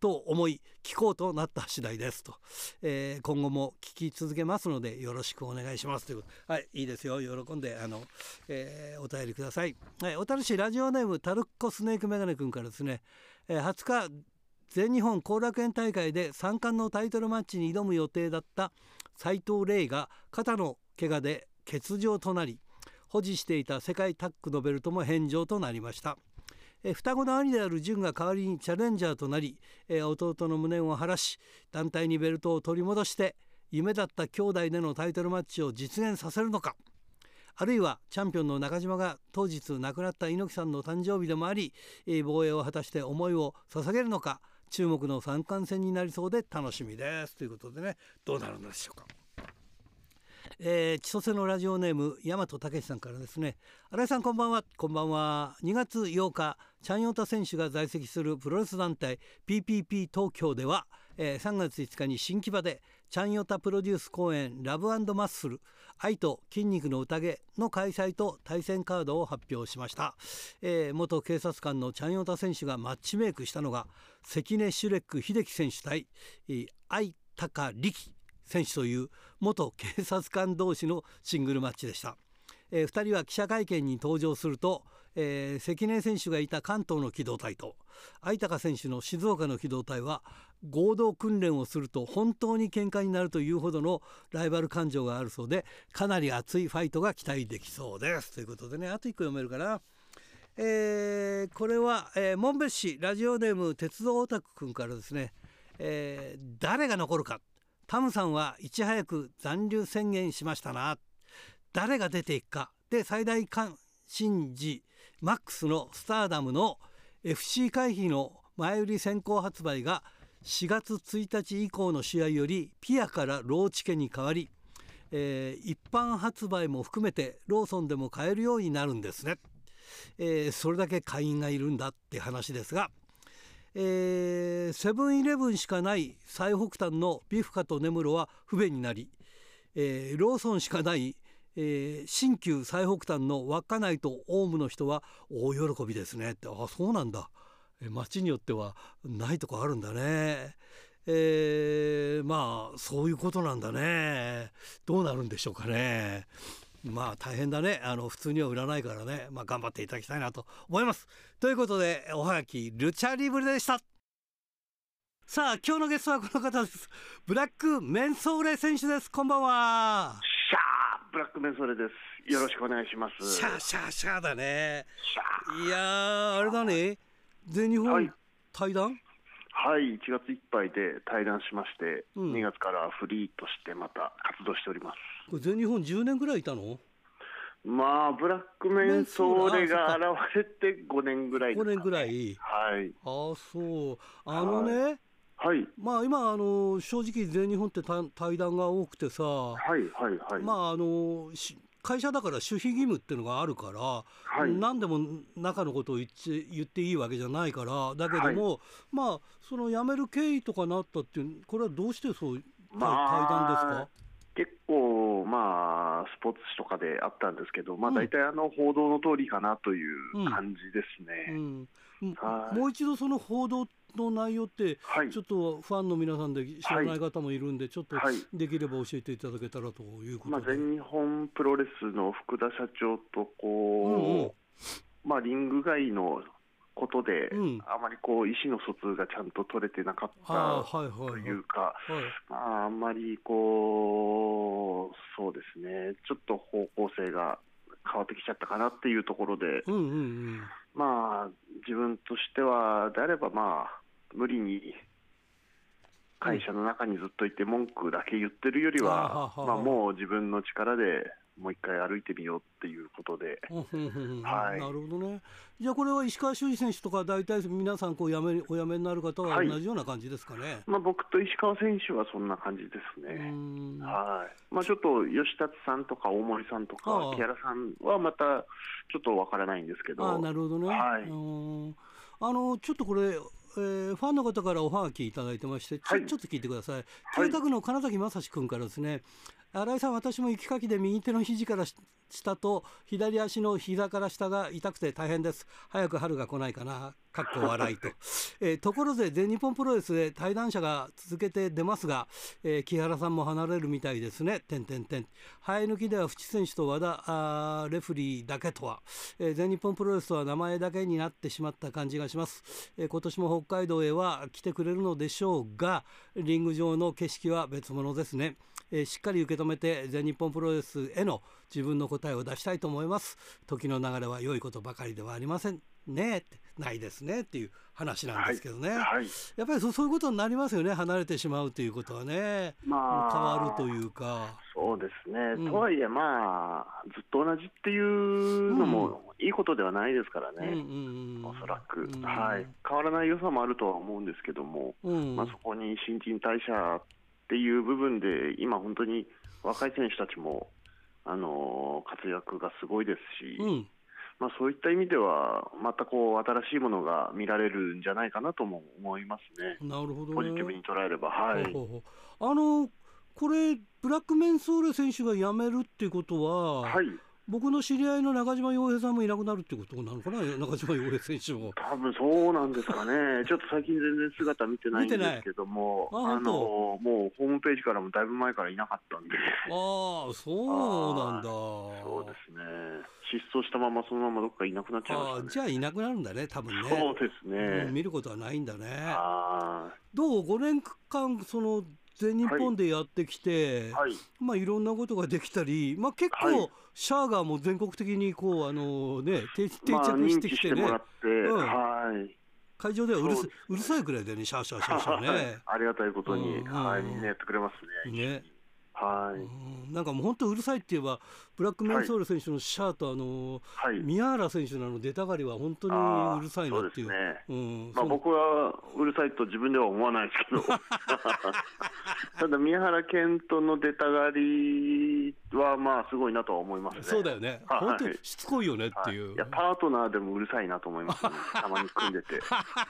と思い聞こうとなった次第ですと、今後も聞き続けますのでよろしくお願いしますということ。はい、いいですよ、喜んでお便りください。はい、おたるしラジオネームタルッコスネークメガネ君からですね、20日全日本後楽園大会で3冠のタイトルマッチに挑む予定だった斉藤麗が肩の怪我で欠場となり、保持していた世界タッグのベルトも返上となりました。双子の兄である潤が代わりにチャレンジャーとなり、弟の無念を晴らし団体にベルトを取り戻して夢だった兄弟でのタイトルマッチを実現させるのか、あるいはチャンピオンの中島が当日亡くなった猪木さんの誕生日でもあり、防衛を果たして思いを捧げるのか、注目の三冠戦になりそうで楽しみですということでね、どうなるんでしょうか。千歳のラジオネーム大和武さんからですね、新井さんこんばんは。こんばんは。2月8日チャンヨタ選手が在籍するプロレス団体 PPP 東京では、3月5日に新木場でチャンヨタプロデュース公演ラブ&マッスル愛と筋肉の宴の開催と対戦カードを発表しました。元警察官のチャンヨタ選手がマッチメイクしたのが関根シュレック秀樹選手対愛高力選手という元警察官同士のシングルマッチでした。2人は記者会見に登場すると、関根選手がいた関東の機動隊と愛高選手の静岡の機動隊は合同訓練をすると本当に喧嘩になるというほどのライバル感情があるそうで、かなり熱いファイトが期待できそうですということでね、あと1個読めるかな。これは、紋別市ラジオネーム鉄道オタクくんからですね、誰が残るか。タムさんはいち早く残留宣言しましたな。誰が出ていくかで最大関心事マックスのスターダムの FC 回避の前売り先行発売が4月1日以降の試合よりピアからローチケに変わり、一般発売も含めてローソンでも買えるようになるんですね。それだけ会員がいるんだって話ですが、セブンイレブンしかない最北端のビフカと根室は不便になり、ローソンしかない新旧最北端の稚内と大牟の人は大喜びですねって。あ、そうなんだ。町によってはないとこあるんだね。まあそういうことなんだね。どうなるんでしょうかね。まあ大変だね。普通には売らないからね、まあ、頑張っていただきたいなと思います。ということでおはがきルチャリブレでした。さあ今日のゲストはこの方です。ブラックメンソーレ選手です。こんばんは。 シャー、ブラックメンソーレです。よろしくお願いします。 シャーシャーシャーだね。 シャー。 いやーあれだね、全日本対談、 はい、1月いっぱいで対談しまして、2月からフリーとしてまた活動しております。 これ全日本10年ぐらいいたの？ まあブラックメンソーレが現れて5年ぐらいですかね。 5年ぐらい。 はい。 ああそうね、 はい、 まあ今正直全日本って対談が多くてさ、 はいはいはい、 まあ会社だから守秘義務っていうのがあるから、はい、何でも中のことを言っていいわけじゃないから、だけども、はい、まあその辞める経緯とかなったっていう、これはどうしてそう対談ですか？ 結構まあスポーツ紙とかであったんですけど、まあ大体報道の通りかなという感じですね。 もう一度その報道の内容って、はい、ちょっとファンの皆さんで知らない方もいるんで、はい、ちょっとできれば教えていただけたらということで、 全日本プロレスの福田社長とこう、まあリング外のことで、あまりこう意思の疎通がちゃんと取れてなかったというか、あんまりこうそうですね、ちょっと方向性が変わってきちゃったかなっていうところで、まあ自分としてはであればまあ無理に会社の中にずっといて文句だけ言ってるよりは、まあもう自分の力でもう一回歩いてみようっていうことで、 なるほどね。じゃあこれは石川修司選手とか大体皆さんこうお辞めになる方は同じような感じですかね？ まあ僕と石川選手はそんな感じですね。まあちょっと吉達さんとか大森さんとか木原さんはまたちょっとわからないんですけど。 なるほどね。ちょっとこれファンの方からおはがきいただいてまして、ちょっと聞いてください。京田区の金崎正史君からですね、 新井さん、私も雪かきで右手の肘から下と左足の膝から下が痛くて大変です。早く春が来ないかな。かっこ笑いと、ところで全日本プロレスで対談者が続けて出ますが、木原さんも離れるみたいですね。生え抜きでは淵選手と和田レフリーだけとは、全日本プロレスとは名前だけになってしまった感じがします。今年も北海道へは来てくれるのでしょうが、リング上の景色は別物ですね。しっかり受け止めて全日本プロレスへの自分の答えを出したいと思います。時の流れは良いことばかりではありませんねってないですねっていう話なんですけどね、やっぱりそういうことになりますよね。離れてしまうということはね、変わるというか。 そうですね、とはいえずっと同じっていうのもいいことではないですからね、おそらく、変わらない良さもあるとは思うんですけども、そこに新陳代謝っていう部分で今本当に若い選手たちも活躍がすごいですし、そういった意味ではまた新しいものが見られるんじゃないかなとも思いますね。 なるほどね、 ポジティブに捉えれば。 これブラックメンソーレ選手が辞めるっていうことは、僕の知り合いの中島洋平さんもいなくなるってことなのかな。中島洋平選手も多分そうなんですかね。ちょっと最近全然姿見てないんですけども、もうホームページからもだいぶ前からいなかったんで。 そうなんだ。 そうですね、失踪したままそのままどっかいなくなっちゃいましたね。 じゃあいなくなるんだね、多分ね。 そうですね、 見ることはないんだね。どう5年間その全日本でやってきて、いろんなことができたり、結構、シャアがもう全国的に定着してきてね、会場ではうるさいくらいでね、シャーシャーシャーシャーねありがたいことに、みんなやってくれますね。 なんかもう本当うるさいって言えばブラックメンソール選手のシャーと宮原選手の出たがりは本当にうるさいなっていう。 僕はうるさいと自分では思わないですけどただ宮原健人の出たがりはすごいなとは思いますね。 そうだよね、本当にしつこいよねっていう。 パートナーでもうるさいなと思いますねたまに組んでて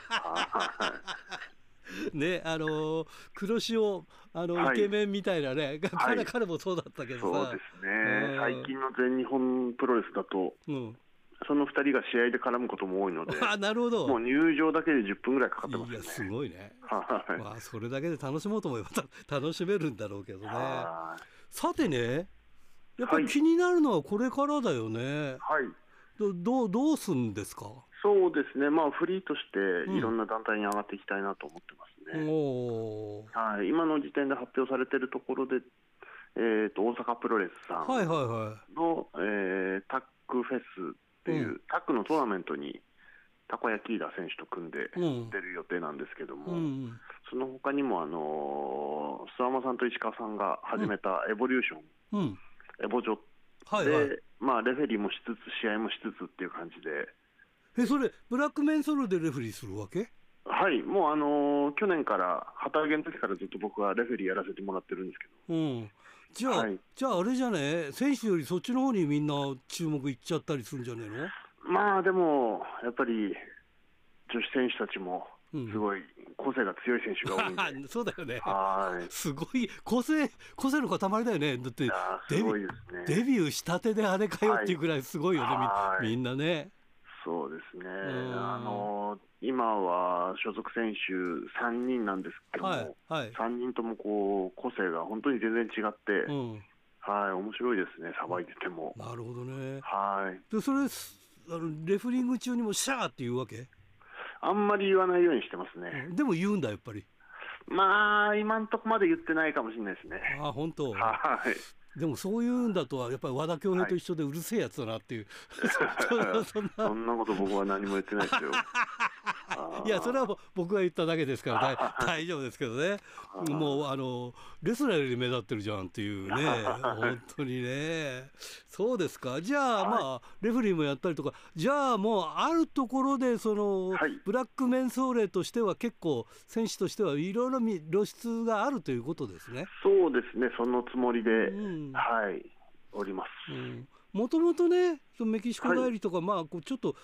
ね、黒潮イケメンみたいなね、彼もそうだったけどさ。 そうですね、最近の全日本プロレスだと、その2人が試合で絡むことも多いので、 なるほど、 もう入場だけで10分ぐらいかかってますね。 すごいねそれだけで楽しもうと思えば楽しめるんだろうけどね。さてね、やっぱり気になるのはこれからだよね。どうすんですか。 そうですね、フリーとしていろんな団体に上がっていきたいなと思ってますね。今の時点で発表されているところで、大阪プロレスさんのタッグフェスっていうタッグのトーナメントにたこ焼き田選手と組んで出る予定なんですけども、その他にも諏訪間さんと石川さんが始めたエボリューション、エボジョで、レフェリーもしつつ試合もしつつっていう感じで。 それブラックメンソールでレフェリーするわけ？ もう去年から旗揚げの時からずっと僕はレフェリーやらせてもらってるんですけど、 じゃああれじゃね、選手よりそっちの方にみんな注目いっちゃったりするんじゃねえの？でもやっぱり女子選手たちもすごい個性が強い選手が多いんでそうだよね、すごい個性の塊だよね。だってデビューしたてであれかよっていうくらいすごいよね、みんなね。 そうですね、今は所属選手3人なんですけども、3人とも個性が本当に全然違って、面白いですね、さばいてても。 なるほどね。でそれレフリング中にもシャーって言うわけ？ あんまり言わないようにしてますね。 でも言うんだ、やっぱり。 今んとこまで言ってないかもしれないですね。 本当。でもそういうんだとやっぱり和田恭平と一緒でうるせえやつだなっていうそんなこと僕は何も言ってないですよいや、それは僕が言っただけですから大丈夫ですけどね。もうレスラーより目立ってるじゃんっていうね本当にね。そうですか。じゃあレフェリーもやったりとか、じゃあもうあるところでブラックメンソーレとしては結構選手としてはいろいろ露出があるということですね。 そうですね、そのつもりで、おります。 もともとね、メキシコ帰りとかちょっと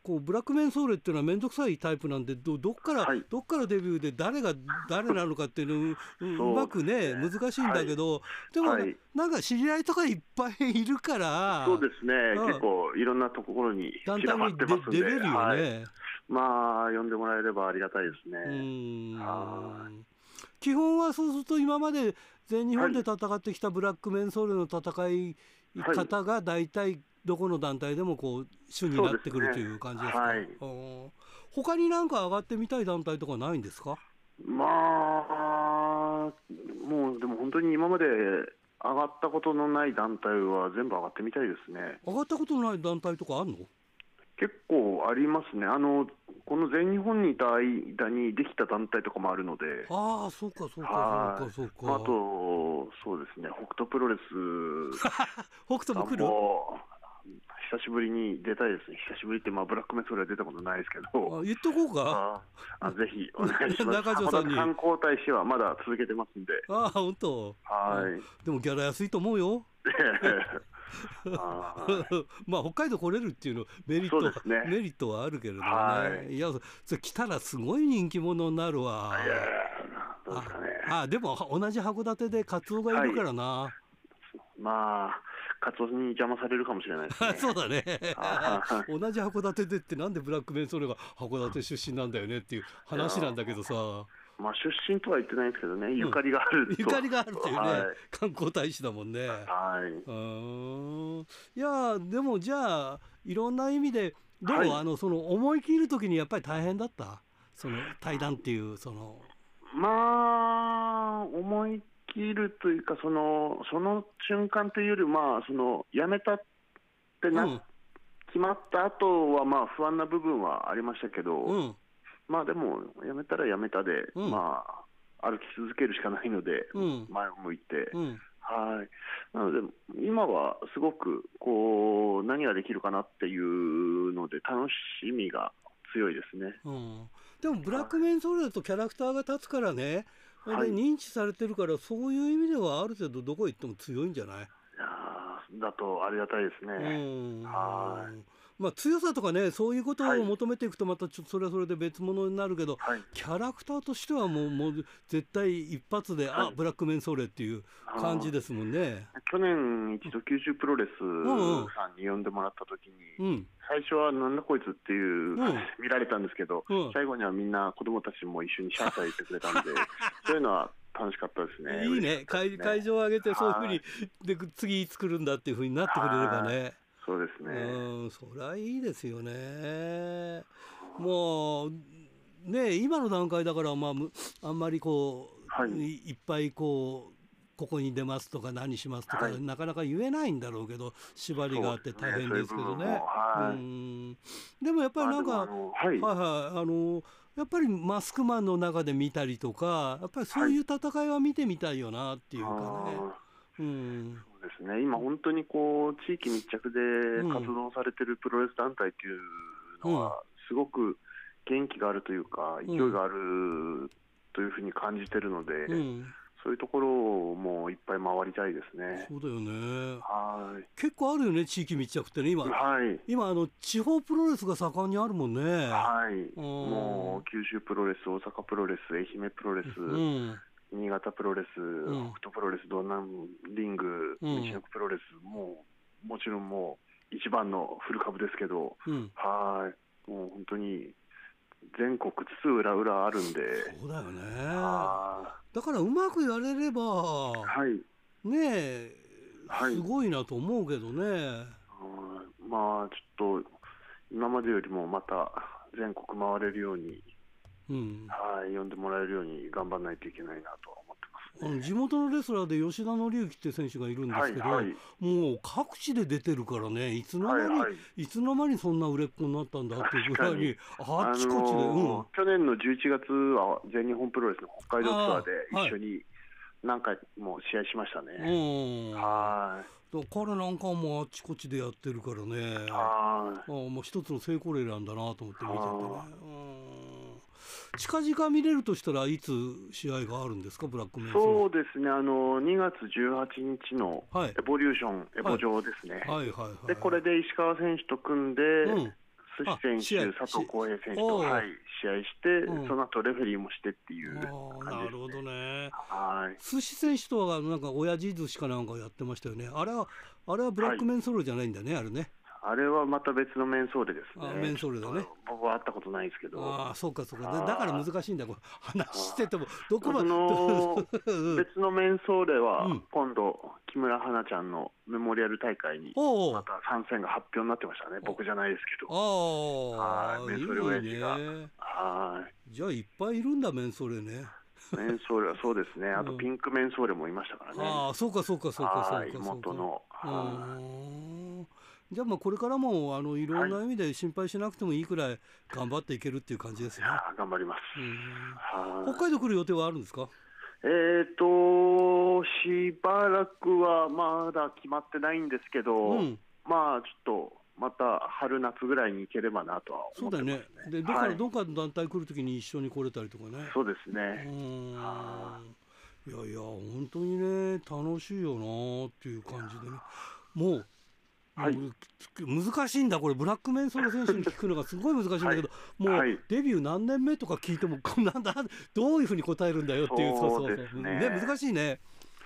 こうブラックメンソーレっていうのは面倒くさいタイプなんで、どっからデビューで誰が誰なのかっていうのうまくね難しいんだけど、でもなんか知り合いとかいっぱいいるから、 そうですね、結構いろんなところに散らばってますんで、 出れるよね。 まあ呼んでもらえればありがたいですね。 基本はそうすると今まで全日本で戦ってきたブラックメンソーレの戦い方が大体どこの団体でもこう主になってくるという感じですか。他に何か上がってみたい団体とかないんですか？ まあもうでも本当に今まで上がったことのない団体は全部上がってみたいですね。 上がったことのない団体とかあるの？ 結構ありますね。この全日本にいた間にできた団体とかもあるので。 ああ、そうか。 あとそうですね、北斗プロレス北斗も来る？ 久しぶりに出たいですね。久しぶりって、ブラックメンソーレは出たことないですけど、 言っとこうか。 ぜひお願いします。 中条さんに。 観光大使はまだ続けてますんで。 ああ、本当。でもギャラ安いと思うよ。まあ北海道来れるっていうのメリットはあるけれどもね。いや、それ来たらすごい人気者になるわ。 どうですかね。 でも同じ函館でカツオがいるからな。 まあカツオに邪魔されるかもしれないですね。 そうだね。同じ函館でってなんでブラックメンソーレが函館出身なんだよねっていう話なんだけどさ。 まあ出身とは言ってないですけどね、ゆかりがあると。 ゆかりがあるっていうね、観光大使だもんね。いやでもじゃあいろんな意味でどう、その思い切る時にやっぱり大変だった、その対談っていうその。 まあ思い切るというか、その瞬間というより、その辞めたって決まった後は不安な部分はありましたけど、でも辞めたら辞めたで、歩き続けるしかないので、前を向いて、なので今はすごくこう何ができるかなっていうので楽しみが強いですね。 でもブラックメンソーレだとキャラクターが立つからね、認知されてるから、そういう意味ではある程度どこ行っても強いんじゃない？ だとありがたいですね。 強さとかね、そういうことを求めていくとまたちょっとそれはそれで別物になるけど、キャラクターとしてはもう絶対一発で、ブラックメンソーレっていう感じですもんね。 去年一度九州プロレスさんに呼んでもらった時に、最初はなんだこいつっていう見られたんですけど、最後にはみんな子供たちも一緒にシャーシャー言ってくれたんでそういうのは楽しかったですね。 いいね、会場を上げてそういうふうにで次作るんだっていうふうになってくれればね。 そうですね。 そりゃいいですよね。もうね、今の段階だからあんまりこう、いっぱいここに出ますとか何しますとか、なかなか言えないんだろうけど、縛りがあって大変ですけどね。でもやっぱりなんかやっぱりマスクマンの中で見たりとか、やっぱりそういう戦いは見てみたいよなっていうかね。 そうですね、今本当にこう地域密着で活動されてるプロレス団体っていうのはすごく元気があるというか、勢いがあるというふうに感じてるので、そういうところをもういっぱい回りたいですね。 そうだよね。結構あるよね、地域密着ってね。今地方プロレスが盛んにあるもんね。 もう九州プロレス、大阪プロレス、愛媛プロレス、新潟プロレス、北斗プロレス、道南リング、道のくプロレス、もちろんもう一番のフル株ですけど、もう本当に全国津々浦々あるんで。 そうだよね。だからうまくやれれば、ねえ、すごいなと思うけどね。 ちょっと今までよりもまた全国回れるように、呼んでもらえるように頑張らないといけないなとは思ってますね。 地元のレスラーで吉田紀之っていう選手がいるんですけど、もう各地で出てるからね、いつの間にそんな売れっ子になったんだっていうぐらいにあっちこっちで。 去年の11月は全日本プロレスの北海道ツアーで一緒に何回も試合しましたね。 彼なんかもあっちこっちでやってるからね、もう一つの成功例なんだなと思って見ててね。近々見れるとしたらいつ試合があるんですか、ブラックメンソーレ。 そうですね、2月18日のエボリューション、エボ場ですね。でこれで石川選手と組んで、 寿司選手、佐藤浩平選手と、はい、試合して、その後レフェリーもしてっていう感じですね。 なるほどね。 はい。 寿司選手とはなんか親父寿司かなんかやってましたよね。あれはブラックメンソールじゃないんだね、あれね。 あれはまた別のメンソーレですね。 メンソーレだね。 僕は会ったことないですけど。 ああ、そうかそうか。だから難しいんだ。これ話しててもどこまで。 別のメンソーレは今度木村花ちゃんのメモリアル大会にまた参戦が発表になってましたね。僕じゃないですけど。 ああ、 メンソーレ親父が。 はい。じゃあいっぱいいるんだ、メンソーレね。 メンソーレはそうですね。あとピンクメンソーレもいましたからね。 ああ、そうかそうかそうかそうか。 妹の。 じゃあまあこれからもいろんな意味で心配しなくてもいいくらい頑張っていけるっていう感じですね。 頑張ります。 北海道来る予定はあるんですか？ しばらくはまだ決まってないんですけど、まあちょっとまた春夏ぐらいに行ければなとは思ってますね。 そうだよね。でどっかの団体来るときに一緒に来れたりとかね。 そうですね。 いやいや本当にね楽しいよなっていう感じでね。もう。はい、難しいんだこれブラックメンソール選手に聞くのがすごい難しいんだけど、もうデビュー何年目とか聞いてもどういうふうに答えるんだよっていう、そうね、難しいね。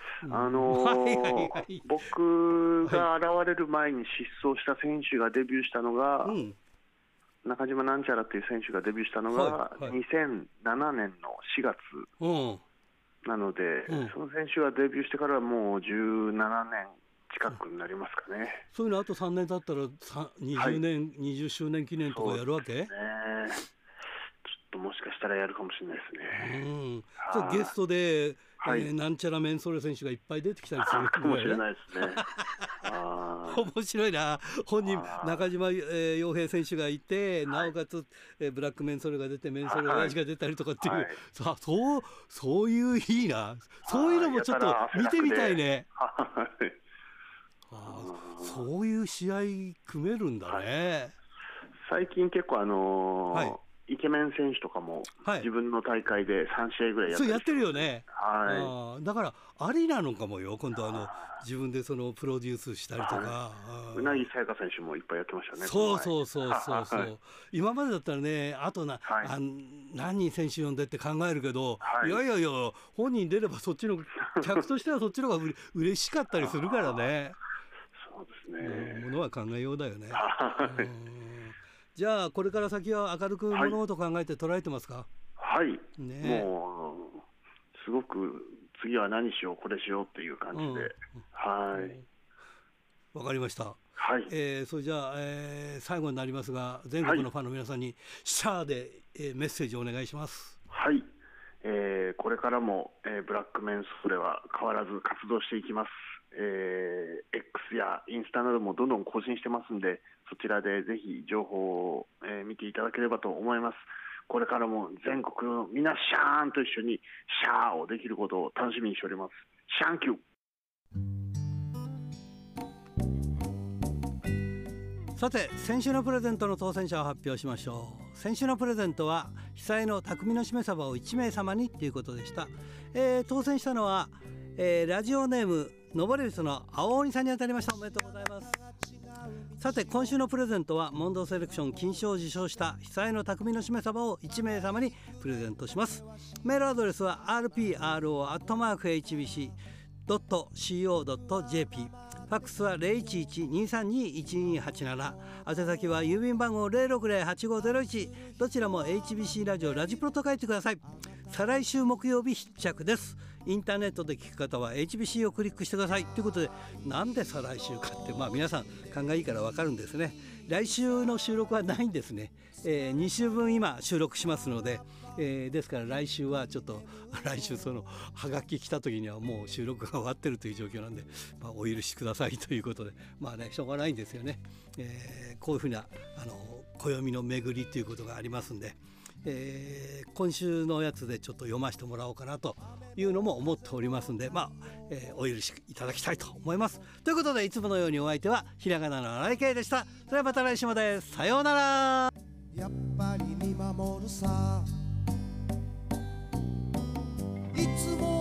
僕が現れる前に失踪した選手がデビューしたのが、中島なんちゃらっていう選手がデビューしたのが2007年の4月なので、その選手がデビューしてからもう17年近くになりますかね。 そういうのあと3年経ったら20年、20周年記念とかやるわけ？ ちょっともしかしたらやるかもしれないですね。 じゃあゲストで、なんちゃらメンソーレ選手がいっぱい出てきたりするかもしれないですね。 面白いな。本人中島洋平選手がいて、なおかつブラックメンソーレが出てメンソーレ親父が出たりとかっていう、そういういいな。そういうのもちょっと見てみたいね。そういう試合組めるんだね。 最近結構イケメン選手とかも自分の大会で3試合ぐらいやってるよね。だからありなのかもよ。今度自分でそのプロデュースしたりとか。 うなぎさやか選手もいっぱいやってましたね。 そう今までだったらね、あと何人選手呼んでって考えるけど、いや本人出ればそっちの客としてはそっちの方が嬉しかったりするからね。 そうですね。 ものは考えようだよね。じゃあこれから先は明るく物事を考えて捉えてますか？ はい。もうすごく次は何しようこれしようっていう感じで。 わかりました。それじゃあ、最後になりますが全国のファンの皆さんにシャーで、メッセージをお願いします。 はい。これからも、ブラックメンソーレは変わらず活動していきます。X やインスタなどもどんどん更新してますんで、そちらでぜひ情報を、見ていただければと思います。これからも全国の皆シャーンと一緒にシャーをできることを楽しみにしております。シャンキュー。さて先週のプレゼントの当選者を発表しましょう。先週のプレゼントは久江の匠のしめ鯖を1名様にということでした。当選したのは、ラジオネーム登れ人の青鬼さんに当たりました。おめでとうございます。さて今週のプレゼントはモンドセレクション金賞を受賞した久江の匠のしめ鯖を1名様にプレゼントします。メールアドレスは rpro@hbc.co.jp、 ファックスは 011-232-1287、 宛先は郵便番号 060-8501、 どちらも HBC ラジオラジプロと書いてください。再来週木曜日必着です。インターネットで聞く方は HBC をクリックしてくださいということで、なんで再来週かって皆さん勘がいいから分かるんですね。来週の収録はないんですね。2週分今収録しますので、ですから来週はちょっと来週そのハガキ来た時にはもう収録が終わってるという状況なんで、お許しくださいということで、しょうがないんですよね。こういうふうな暦の巡りということがありますんで、今週のやつでちょっと読ませてもらおうかなというのも思っておりますんで、お許しいただきたいと思います。ということでいつものようにお相手はひらがなの荒井圭でした。それではまた来週まで。さようなら。 やっぱり見守るさ、いつも